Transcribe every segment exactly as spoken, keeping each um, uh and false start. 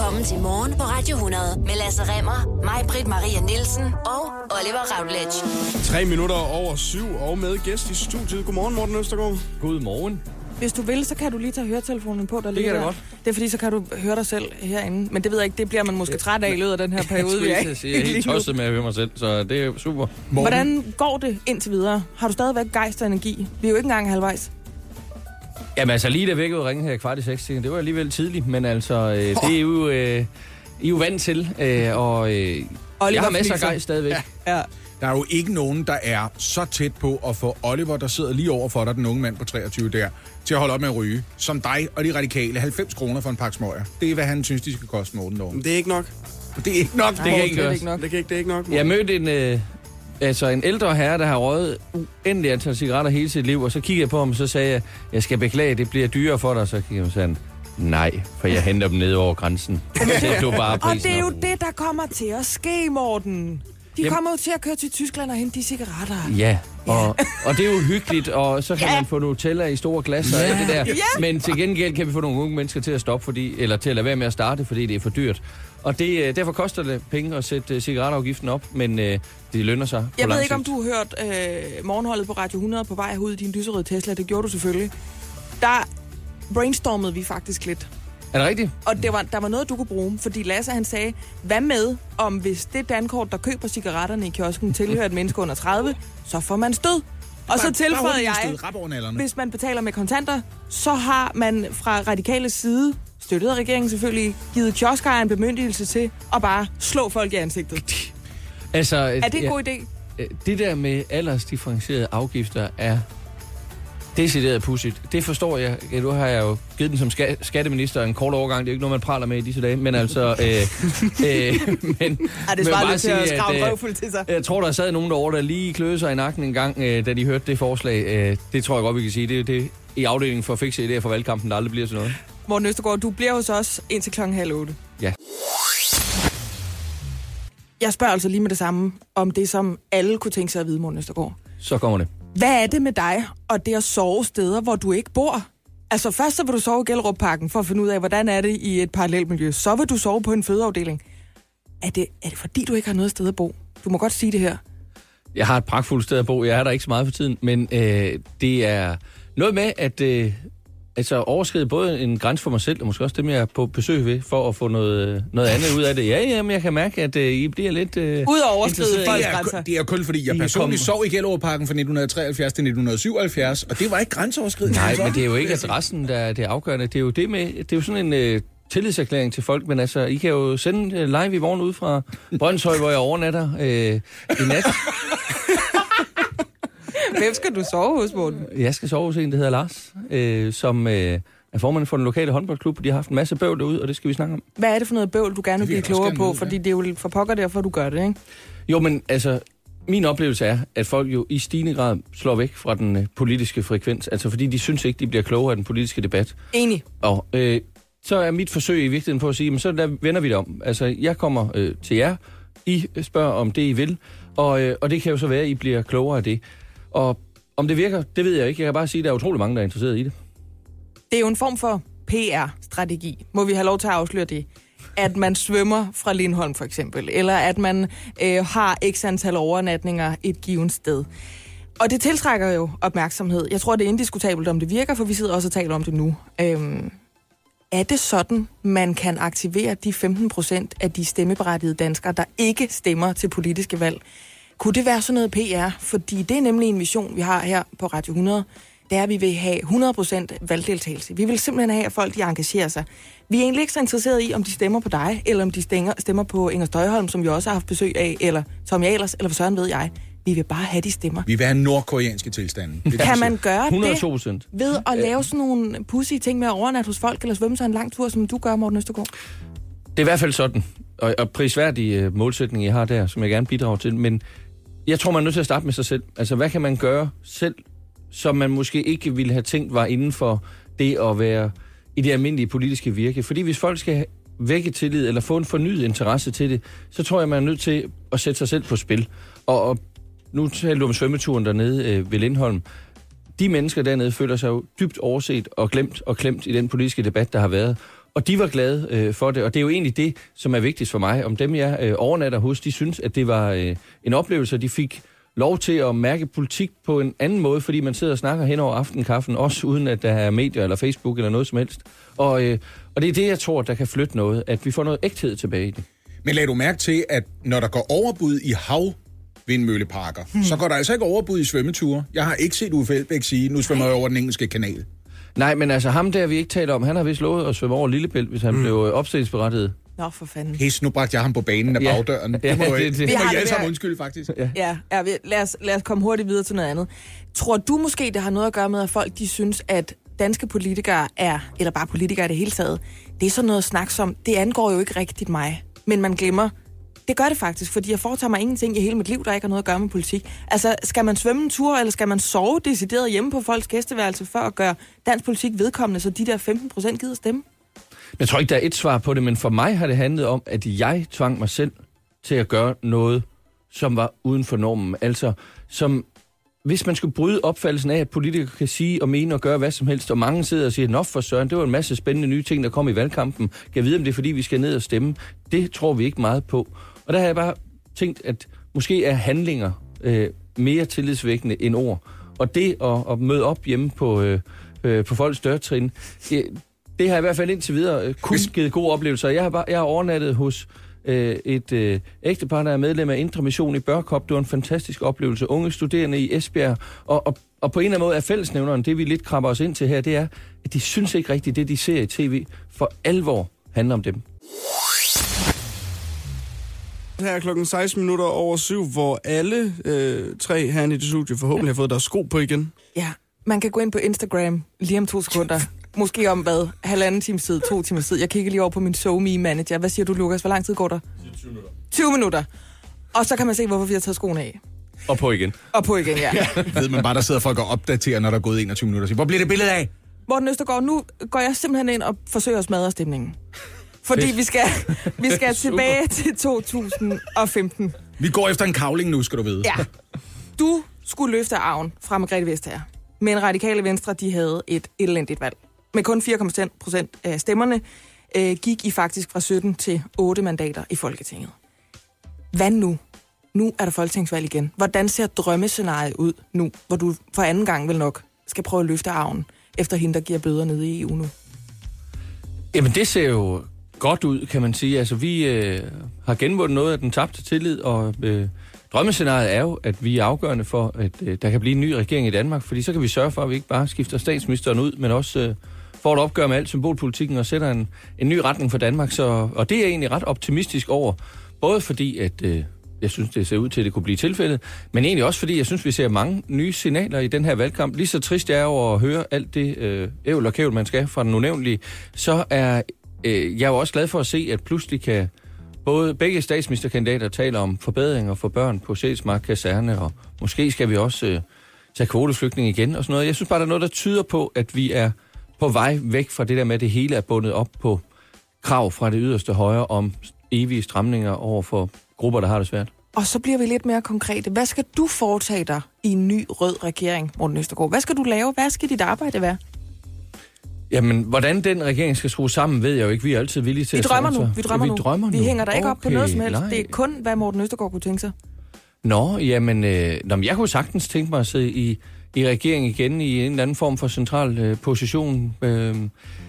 Velkommen til Morgen på Radio hundrede med Lasse Remmer, mig, Britt Maria Nielsen og Oliver Routledge. Tre minutter over syv og med gæst i studiet. Godmorgen, Morten Østergaard. Godmorgen. Hvis du vil, så kan du lige tage høretelefonen på, der det kan der. godt. Det er fordi, så kan du høre dig selv herinde. Men det ved jeg ikke, det bliver man måske træt af i løbet af den her periode. Jeg skulle sige, jeg er helt tosset med at høre mig selv, så det er super. Morten. Hvordan går det indtil videre? Har du stadigvæk gejst og energi? Vi er jo ikke engang halvvejs. Jamen altså, lige da væk ud ringe her kvart i seks, det var alligevel tidligt, men altså, øh, det er jo, øh, I er jo vant til, øh, og øh, jeg har masser af gejst stadigvæk. Ja. Ja. Der er jo ikke nogen, der er så tæt på at få Oliver, der sidder lige over for dig, den unge mand på treogtyve der, til at holde op med at ryge, som dig og de radikale. halvfems kroner for en pakke smøger. Det er, hvad han synes, de skal koste Morten år. Det er ikke nok. Det er ikke nok. Nej, det kan ikke det, ikke nok. Det, kan ikke, det er ikke nok. Morten. Jeg mødte en, øh, altså en ældre herre, der har røget uendelig antal cigaretter hele sit liv, og så kiggede jeg på ham, og så sagde jeg, jeg skal beklage, det bliver dyrere for dig. Så kiggede jeg og sagde, nej, for jeg henter dem ned over grænsen. Sæt du bare prisen. Og det er jo det, der kommer til at ske, Morten. De Jamen. kommer jo til at køre til Tyskland og hente de cigaretter. Ja, og, og det er jo hyggeligt, og så kan ja. man få Nutella i store glasser og ja. det der. Ja. Men til gengæld kan vi få nogle unge mennesker til at stoppe, fordi, eller til at lade være med at starte, fordi det er for dyrt. Og det, derfor koster det penge at sætte cigaretafgiften op, men øh, det lønner sig. Jeg ved ikke, om du har hørt øh, morgenholdet på Radio hundrede på vej ud i din lyserøde Tesla. Det gjorde du selvfølgelig. Der brainstormede vi faktisk lidt. Er det rigtigt? Og det var, der var noget, du kunne bruge, fordi Lasse han sagde, hvad med, om hvis det dankort, der køber cigaretterne i kiosken, tilhører et menneske under tredive, så får man stød. Og så tilføjede jeg, hvis man betaler med kontanter, så har man fra radikale side, støttet af regeringen selvfølgelig, givet kioskejeren bemyndigelse til at bare slå folk i ansigtet. Altså, er det en ja, god idé? Det der med aldersdifferentierede afgifter er decideret pudsigt. Det forstår jeg. Ja, nu har jeg jo givet den som ska- skatteminister en kort overgang. Det er jo ikke noget, man praler med i disse dage. Men altså... Øh, øh, men, Ej, det svarer lidt til at skrave en røvfuld til sig. Jeg tror, der sad nogen derovre, der lige kløede sig i nakken en gang, øh, da de hørte det forslag. Øh, det tror jeg godt, vi kan sige. Det er det i afdelingen for fikse idéer for valgkampen, der aldrig bliver sådan noget. Morten Østergaard, du bliver hos os indtil klokken halv otte. Ja. Jeg spørger altså lige med det samme, om det, som alle kunne tænke sig at vide, Morten Østergaard. Så kommer det. Hvad er det med dig og det at sove steder, hvor du ikke bor? Altså først så vil du sove i Gellerupparken for at finde ud af, hvordan er det i et parallelmiljø. Så vil du sove på en fødeafdeling. Er det, er det fordi, du ikke har noget sted at bo? Du må godt sige det her. Jeg har et pragtfuldt sted at bo. Jeg er der ikke så meget for tiden. Men øh, det er noget med, at øh, altså, overskride både en grænse for mig selv, og måske også dem, jeg er på besøg ved, for at få noget, noget andet ud af det. Ja, ja, men jeg kan mærke, at øh, I bliver lidt... Øh, ud af overskride folks grænser. Det er jo kun fordi, jeg personligt sov i Gellerupparken fra nitten treoghalvfjerds til nitten syvoghalvfjerds, og det var ikke grænseoverskridende. Nej, men det er jo ikke adressen, der det er afgørende. Det er jo det med... Det er jo sådan en... Øh, tillidserklæring til folk, men altså, I kan jo sende live i morgen ud fra Brøndshøj, hvor jeg overnatter øh, i nat. Hvem skal du sove hos, Morten? Jeg skal sove hos en, der hedder Lars, øh, som øh, er formand for den lokale håndboldklub. De har haft en masse bøvl derude, og det skal vi snakke om. Hvad er det for noget bøvl, du gerne vil blive klogere på? Vide, fordi det er jo for pokker derfor, du gør det, ikke? Jo, men altså, min oplevelse er, at folk jo i stigende grad slår væk fra den øh, politiske frekvens. Altså, fordi de synes ikke, de bliver klogere af den politiske debat. Enig. Og øh, så er mit forsøg i virkeligheden på at sige, men så der vender vi det om. Altså, jeg kommer øh, til jer. I spørger om det, I vil. Og, øh, og det kan jo så være, at I bliver klogere af det. Og om det virker, det ved jeg ikke. Jeg kan bare sige, at der er utrolig mange, der er interesseret i det. Det er jo en form for P R-strategi. Må vi have lov til at afsløre det? At man svømmer fra Lindholm for eksempel, eller at man øh, har x antal overnatninger et givet sted. Og det tiltrækker jo opmærksomhed. Jeg tror, det er indiskutabelt, om det virker, for vi sidder også og taler om det nu. Øhm, er det sådan, man kan aktivere de femten procent af de stemmeberettigede danskere, der ikke stemmer til politiske valg? Kunne det være sådan noget P R? Fordi det er nemlig en vision, vi har her på Radio hundrede. Det er, at vi vil have hundrede procent valgdeltagelse. Vi vil simpelthen have, at folk de engagerer sig. Vi er egentlig ikke så interesserede i, om de stemmer på dig, eller om de stemmer på Inger Støjholm, som vi også har haft besøg af, eller Tommy Ahlers, eller for Søren ved jeg. Vi vil bare have de stemmer. Vi vil have nordkoreanske tilstande. Det kan man gøre hundrede og to procent det ved at lave sådan nogle pussy ting med at overnatte hos folk, eller svømme sig en lang tur, som du gør, Morten Østergaard? Det er i hvert fald sådan. Og, og prisværdig uh, målsætning, jeg har der, som jeg gerne bidrager til. Men jeg tror, man er nødt til at starte med sig selv. Altså, hvad kan man gøre selv, som man måske ikke ville have tænkt var inden for det at være i det almindelige politiske virke? Fordi hvis folk skal vække tillid, eller få en fornyet interesse til det, så tror jeg, man er nødt til at sætte sig selv på spil. Og, og nu taler du om svømmeturen dernede øh, ved Lindholm. De mennesker dernede føler sig jo dybt overset og glemt og klemt i den politiske debat, der har været. Og de var glade øh, for det, og det er jo egentlig det, som er vigtigst for mig. Om dem, jeg øh, overnatter hos, de synes, at det var øh, en oplevelse, og de fik lov til at mærke politik på en anden måde, fordi man sidder og snakker hen over aftenkaffen, også uden at der er medier eller Facebook eller noget som helst. Og, øh, og det er det, jeg tror, der kan flytte noget, at vi får noget ægthed tilbage i det. Men lad du mærke til, at når der går overbud i havvindmølleparker, hmm. så går der altså ikke overbud i svømmeture. Jeg har ikke set Uffe Elbæk sige, nu svømmer jeg over den engelske kanal. Nej, men altså ham der, vi ikke taler om, han har vist lovet at svømme over Lillebælt, hvis han mm. blev opstillingsberettiget. Nå, for fanden. Pis, nu bragte jeg ham på banen af ja. bagdøren. Det Ja, må, det, det, det. det må I alle sammen være... undskylde, faktisk. Ja, ja, ja lad, os, lad os komme hurtigt videre til noget andet. Tror du måske, det har noget at gøre med, at folk de synes, at danske politikere er, eller bare politikere i det hele taget, det er sådan noget snak som, det angår jo ikke rigtigt mig. Men man glemmer, det gør det faktisk, fordi jeg foretager mig ingenting i hele mit liv, der ikke har noget at gøre med politik. Altså, skal man svømme en tur, eller skal man sove decideret hjemme på folks gæsteværelse for at gøre dansk politik vedkommende, så de der femten procent gider stemme? Jeg tror ikke, der er et svar på det, men for mig har det handlet om, at jeg tvang mig selv til at gøre noget, som var uden for normen. Altså, som, hvis man skulle bryde opfattelsen af, at politikere kan sige og mene og gøre hvad som helst, og mange sidder og siger, nå for søren, det var en masse spændende nye ting, der kom i valgkampen. Kan jeg vide, om det er, fordi vi skal ned og stemme? Det tror vi ikke meget på. Og der har jeg bare tænkt, at måske er handlinger øh, mere tillidsvækkende end ord. Og det at, at møde op hjemme på, øh, øh, på folks dørtrin, det, det har i hvert fald indtil videre kun givet gode oplevelser. Jeg har, bare, jeg har overnattet hos øh, et øh, ægtepar, der er medlem af Indre Mission i Børkop. Det var en fantastisk oplevelse. Unge studerende i Esbjerg. Og, og, og på en eller anden måde er fællesnævneren, det vi lidt krabber os ind til her, det er, at de synes ikke rigtigt, det de ser i tv, for alvor handler om dem. Her er klokken seksten minutter over syv, hvor alle øh, tre herinde i det studie forhåbentlig har fået deres sko på igen. Ja, man kan gå ind på Instagram lige om to sekunder. Måske om hvad? Halvanden times tid, to timers tid. Jeg kigger lige over på min SoMe manager. Hvad siger du, Lukas? Hvor lang tid går der? tyve minutter. tyve minutter. Og så kan man se, hvorfor vi har taget skoene af. Og på igen. Og på igen, ja. ja. Ved man bare, der sidder folk og opdaterer, når der er gået enogtyve minutter. Hvor bliver det billede af? Morten Østergaard, nu går jeg simpelthen ind og forsøger at smadre stemningen. Fordi vi skal, vi skal tilbage til to tusind og femten. Vi går efter en kavling nu, skal du vide. Ja. Du skulle løfte arven fra Margrethe Vestager. Men Radikale Venstre, de havde et elendigt valg. Med kun fire komma fem procent af stemmerne øh, gik I faktisk fra sytten til otte mandater i Folketinget. Hvad nu? Nu er der folketingsvalg igen. Hvordan ser drømmescenariet ud nu, hvor du for anden gang vel nok skal prøve at løfte arven efter hende, der giver bøder nede i E U nu? Jamen, det ser jo godt ud, kan man sige. Altså, vi øh, har genvundet noget af den tabte tillid, og øh, drømmescenariet er jo, at vi er afgørende for, at øh, der kan blive en ny regering i Danmark, fordi så kan vi sørge for, at vi ikke bare skifter statsministeren ud, men også øh, får et opgør med alt symbolpolitikken og sætter en, en ny retning for Danmark. Så, og det er jeg egentlig ret optimistisk over, både fordi, at øh, jeg synes, det ser ud til, at det kunne blive tilfældet, men egentlig også fordi, jeg synes, vi ser mange nye signaler i den her valgkamp. Lige så trist jeg er over at høre alt det øh, ævl og kævl, man skal fra den unævnlige, så er øh, jeg er jo også glad for at se, at pludselig kan både begge statsministerkandidater taler om forbedringer for børn på Sjælsmark Kaserne, og måske skal vi også øh, tage kvoteflygtning igen og sådan noget. Jeg synes bare, der er noget, der tyder på, at vi er på vej væk fra det der med, at det hele er bundet op på krav fra det yderste højre om evige stramninger over for grupper, der har det svært. Og så bliver vi lidt mere konkrete. Hvad skal du foretage dig i en ny rød regering, Morten Østergaard? Hvad skal du lave? Hvad skal dit arbejde være? Jamen, hvordan den regering skal skrue sammen, ved jeg jo ikke. Vi er altid villige til vi at... Drømmer nu. Vi drømmer vi nu. drømmer vi nu. hænger der ikke okay, op på noget som helst. Nej. Det er kun, hvad Morten Østergaard kunne tænke sig. Nå, jamen, øh, nå, jeg kunne sagtens tænke mig at sidde i, i regeringen igen i en eller anden form for central øh, position. Øh,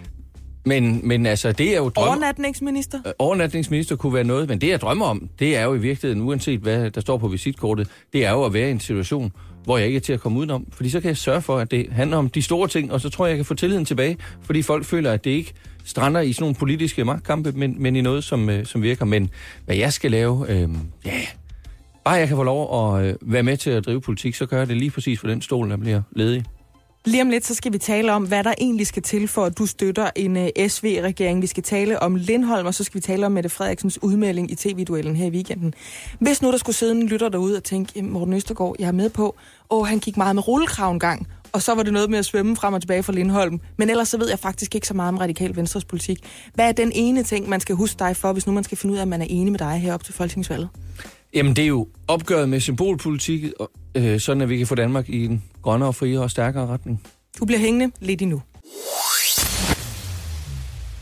men, men altså, det er jo drøm... Overnatningsminister? Øh, overnatningsminister kunne være noget, men det jeg drømmer om, det er jo i virkeligheden, uanset hvad der står på visitkortet, det er jo at være i en situation, hvor jeg ikke er til at komme udenom. Fordi så kan jeg sørge for, at det handler om de store ting, og så tror jeg, jeg kan få tilliden tilbage, fordi folk føler, at det ikke strander i sådan nogle politiske magtkampe, men, men i noget, som, øh, som virker. Men hvad jeg skal lave, øh, ja, bare jeg kan få lov at øh, være med til at drive politik, så gør jeg det lige præcis for den stol, der bliver ledig. Lige om lidt, så skal vi tale om, hvad der egentlig skal til for, at du støtter en uh, S V-regering. Vi skal tale om Lindholm, og så skal vi tale om Mette Frederiksens udmelding i T V-duellen her i weekenden. Hvis nu der skulle sidde en lytter derude og tænke, Morten Østergaard, jeg er med på, og han gik meget med rullekrav en gang, og så var det noget med at svømme frem og tilbage fra Lindholm. Men ellers så ved jeg faktisk ikke så meget om Radikal Venstres politik. Hvad er den ene ting, man skal huske dig for, hvis nu man skal finde ud af, at man er enig med dig herop til folketingsvalget? Jamen, det er jo opgøret med symbolpolitik, øh, sådan at vi kan få Danmark i en grønnere, friere og stærkere retning. Du bliver hængende lidt endnu.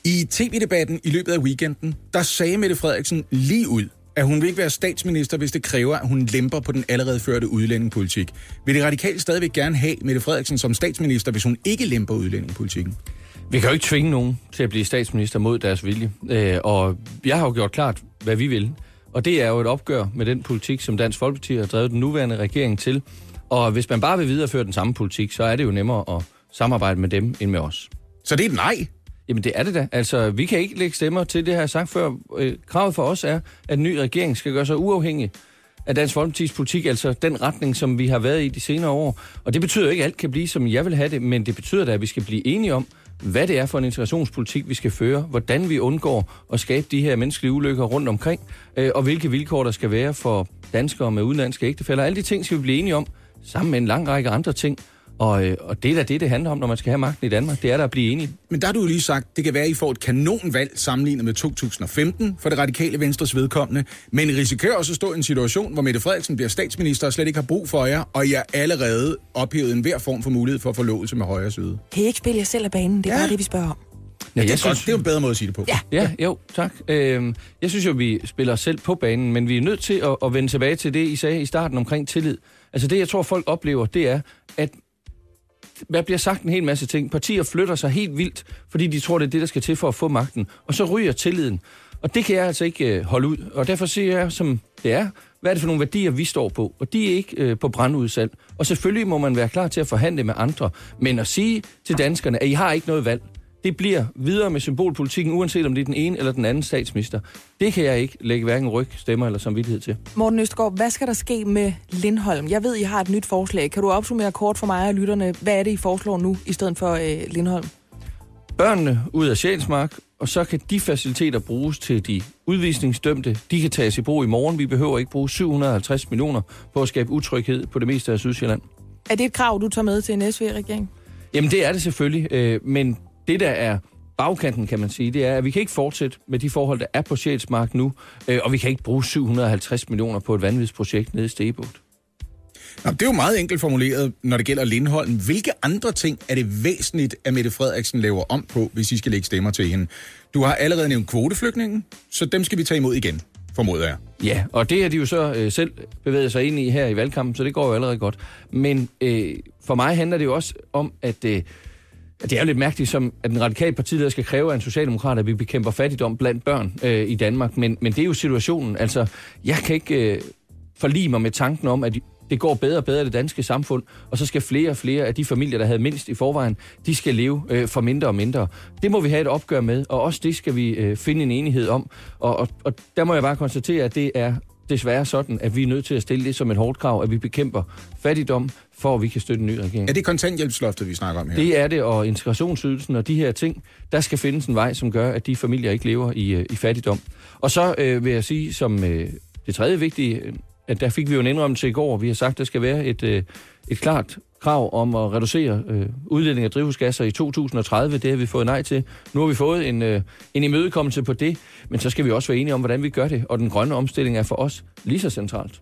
I tv-debatten i løbet af weekenden, der sagde Mette Frederiksen lige ud, at hun vil ikke være statsminister, hvis det kræver, at hun lemper på den allerede førte udlændingepolitik. Vil det radikale stadigvæk gerne have Mette Frederiksen som statsminister, hvis hun ikke lemper udlændingepolitikken? Vi kan jo ikke tvinge nogen til at blive statsminister mod deres vilje. Øh, og jeg har jo gjort klart, hvad vi vil. Og det er jo et opgør med den politik, som Dansk Folkeparti har drevet den nuværende regering til. Og hvis man bare vil videreføre den samme politik, så er det jo nemmere at samarbejde med dem end med os. Så det er et nej? Jamen det er det da. Altså, vi kan ikke lægge stemmer til det, her sagt før. Øh, kravet for os er, at en ny regering skal gøre sig uafhængig af Dansk Folkepartis politik, altså den retning, som vi har været i de senere år. Og det betyder ikke, at alt kan blive, som jeg vil have det, men det betyder da, at vi skal blive enige om, hvad det er for en integrationspolitik, vi skal føre, hvordan vi undgår at skabe de her menneskelige ulykker rundt omkring, øh, og hvilke vilkår der skal være for danskere med udenlandske ægtefæller. Alle de ting skal vi blive enige om, sammen med en lang række andre ting. Og, øh, og det er da det, det handler om, når man skal have magten i Danmark. Det er der at blive enige. Men der har du jo lige sagt, det kan være, at I får et kanonvalg sammenlignet med to tusind og femten for det radikale Venstres vedkommende. Men I risikerer også at stå i en situation, hvor Mette Frederiksen bliver statsminister og slet ikke har brug for jer, og I er allerede ophævet enhver form for mulighed for forlovelse med højre side. Kan I ikke spille jer selv af banen? Det er ja. bare det, vi spørger om. Ja, det, er synes, det er jo en bedre måde at sige det på. Ja, ja jo, tak. Øhm, jeg synes jo, vi spiller os selv på banen, men vi er nødt til at, at vende tilbage til det, I sagde i starten omkring tillid. Altså det, jeg tror, folk oplever, det er, at der bliver sagt en hel masse ting. Partier flytter sig helt vildt, fordi de tror, det er det, der skal til for at få magten. Og så ryger tilliden. Og det kan jeg altså ikke øh, holde ud. Og derfor siger jeg, som det er, hvad er det for nogle værdier, vi står på? Og de er ikke øh, på brandudsalg. Og selvfølgelig må man være klar til at forhandle med andre. Men at sige til danskerne, at I har ikke noget valg, det bliver videre med symbolpolitikken, uanset om det er den ene eller den anden statsminister. Det kan jeg ikke lægge hverken ryg, stemmer eller samvittighed til. Morten Østergaard, hvad skal der ske med Lindholm? Jeg ved, I har et nyt forslag. Kan du opsummere kort for mig og lytterne, hvad er det, I foreslår nu, i stedet for øh, Lindholm? Børnene ud af Sjælsmark, og så kan de faciliteter bruges til de udvisningsdømte. De kan tages i brug i morgen. Vi behøver ikke bruge syv hundrede og halvtreds millioner på at skabe utryghed på det meste af Sydsjælland. Er det et krav, du tager med til en S V-regering? Jamen, det er det selvfølgelig, øh, men det, der er bagkanten, kan man sige, det er, at vi kan ikke fortsætte med de forhold, der er på Sjælsmark nu, øh, og vi kan ikke bruge syv hundrede og halvtreds millioner på et vanvidsprojekt nede i Stegebugt. Nå, det er jo meget enkelt formuleret, når det gælder Lindholm. Hvilke andre ting er det væsentligt, at Mette Frederiksen laver om på, hvis I skal lægge stemmer til hende? Du har allerede nævnt kvoteflygtningen, så dem skal vi tage imod igen, formoder jeg. Ja, og det har de jo så øh, selv bevæget sig ind i her i valgkampen, så det går jo allerede godt. Men øh, for mig handler det jo også om, at øh, det er jo lidt mærkeligt, som at den radikale partileder skal kræve af en socialdemokrat, at vi bekæmper fattigdom blandt børn øh, i Danmark. Men, men det er jo situationen. Altså, jeg kan ikke øh, forlige mig med tanken om, at det går bedre og bedre i det danske samfund, og så skal flere og flere af de familier, der havde mindst i forvejen, de skal leve øh, for mindre og mindre. Det må vi have et opgør med, og også det skal vi øh, finde en enighed om. Og, og, og der må jeg bare konstatere, at det er desværre sådan, at vi er nødt til at stille det som et hårdt krav, at vi bekæmper fattigdom, for at vi kan støtte en ny regering. Er det kontanthjælpsloftet, vi snakker om her? Det er det, og integrationsydelsen og de her ting, der skal findes en vej, som gør, at de familier ikke lever i, i fattigdom. Og så øh, vil jeg sige, som øh, det tredje vigtige, at der fik vi jo en indrømmelse i går. Vi har sagt, at der skal være et, øh, et klart krav om at reducere øh, udledning af drivhusgasser i to tusind og tredive. Det har vi fået nej til. Nu har vi fået en, øh, en imødekommelse på det, men så skal vi også være enige om, hvordan vi gør det. Og den grønne omstilling er for os lige så centralt.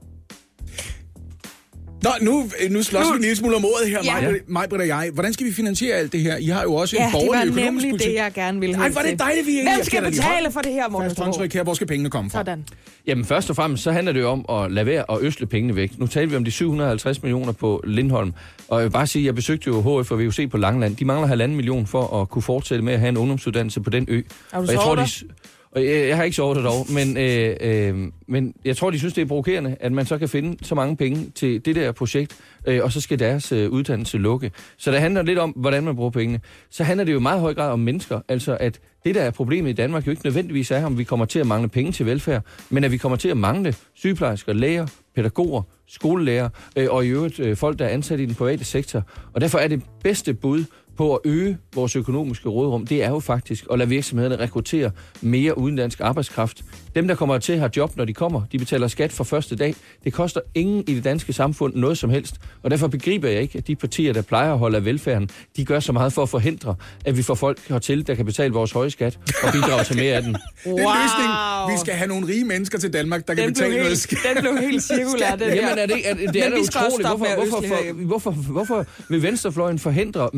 Nå, nu, nu slås nu. vi en lille smule om ordet her, Ja. mig, mig, Britt og jeg. Hvordan skal vi finansiere alt det her? I har jo også Ja, en borgerlig økonomisk politik. det var nemlig det, jeg gerne ville Nej, hen var det til. dejligt, vi er enige. Hvem skal betale for det her, Morten Fast håndtryk her, hvor skal pengene komme fra? Sådan. Jamen først og fremmest, så handler det jo om at lade være at øsle pengene væk. Nu taler vi om de syv hundrede og halvtreds millioner på Lindholm. Og jeg vil bare sige, at jeg besøgte jo H F og V U C på Langeland. De mangler halvanden million for at kunne fortsætte med at have en ungdomsuddannelse på den ø. Har du og jeg tror, der? de, og jeg, jeg har ikke sovet det dog, men, øh, øh, men jeg tror, de synes, det er provokerende, at man så kan finde så mange penge til det der projekt, øh, og så skal deres øh, uddannelse lukke. Så det handler lidt om, hvordan man bruger pengene. Så handler det jo i meget høj grad om mennesker. Altså, at det, der er problemet i Danmark, jo ikke nødvendigvis er, om vi kommer til at mangle penge til velfærd, men at vi kommer til at mangle sygeplejersker, læger, pædagoger, skolelærer øh, og i øvrigt øh, folk, der er ansat i den private sektor. Og derfor er det bedste bud på at øge vores økonomiske råderum, det er jo faktisk at lade virksomhederne rekruttere mere udenlandsk arbejdskraft. Dem, der kommer til har job, når de kommer, de betaler skat fra første dag. Det koster ingen i det danske samfund noget som helst. Og derfor begriber jeg ikke, at de partier, der plejer at holde af velfærden, de gør så meget for at forhindre, at vi får folk hertil, der kan betale vores høje skat og bidrage til mere af den. Wow. Det er en løsning. Vi skal have nogle rige mennesker til Danmark, der kan Den betale blev noget helt, skat. den blev helt cirkulær, den Jamen her. er det, er, det er Men da vi skal også utroligt. stoppe Hvorfor, med at hvorfor, øsle for, herhjemme. hvorfor, hvorfor vil venstrefløjen forhindre mennesker, der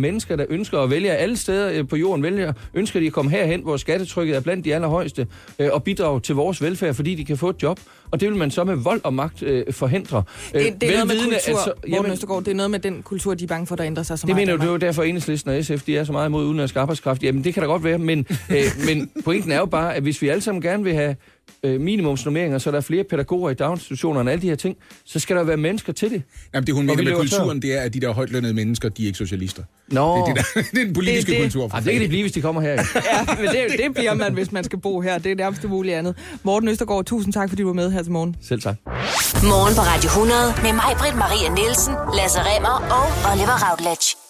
ønsker at vælge alle steder øh, på jorden, vælger, ønsker de at komme herhen, hvor skattetrykket er blandt de allerhøjeste, øh, og bidrage til vores velfærd, fordi de kan få et job. Og det vil man så med vold og magt øh, forhindre. Det, det er noget med kultur, altså, Morten Østergaard, det er noget med den kultur, de er bange for, der ændrer sig så det meget. Det mener du, det er derfor Enhedslisten og S F, de er så meget imod udenlandsk arbejdskraft. Jamen, det kan da godt være, men, øh, men pointen er jo bare, at hvis vi alle sammen gerne vil have øh, minimumsnormeringer, så der er flere pædagoger i daginstitutionerne og alle de her ting, så skal der være mennesker til det. Jamen, det hun mener med kulturen, det er, at de der højtlønnede mennesker, de er ikke socialister. Nå. Det er, det, der, det er den politiske det, det. kultur. Ah, det kan de blive, hvis de kommer her. Ja, ja men det, det bliver man, hvis man skal bo her. Det er nærmest det mulige andet. Morten Østergaard, tusind tak, fordi du var med her til morgen. Selv tak. Morgen på Radio hundrede med mig, Britt Maria Nielsen, Lasse Remmer og Oliver Routledge.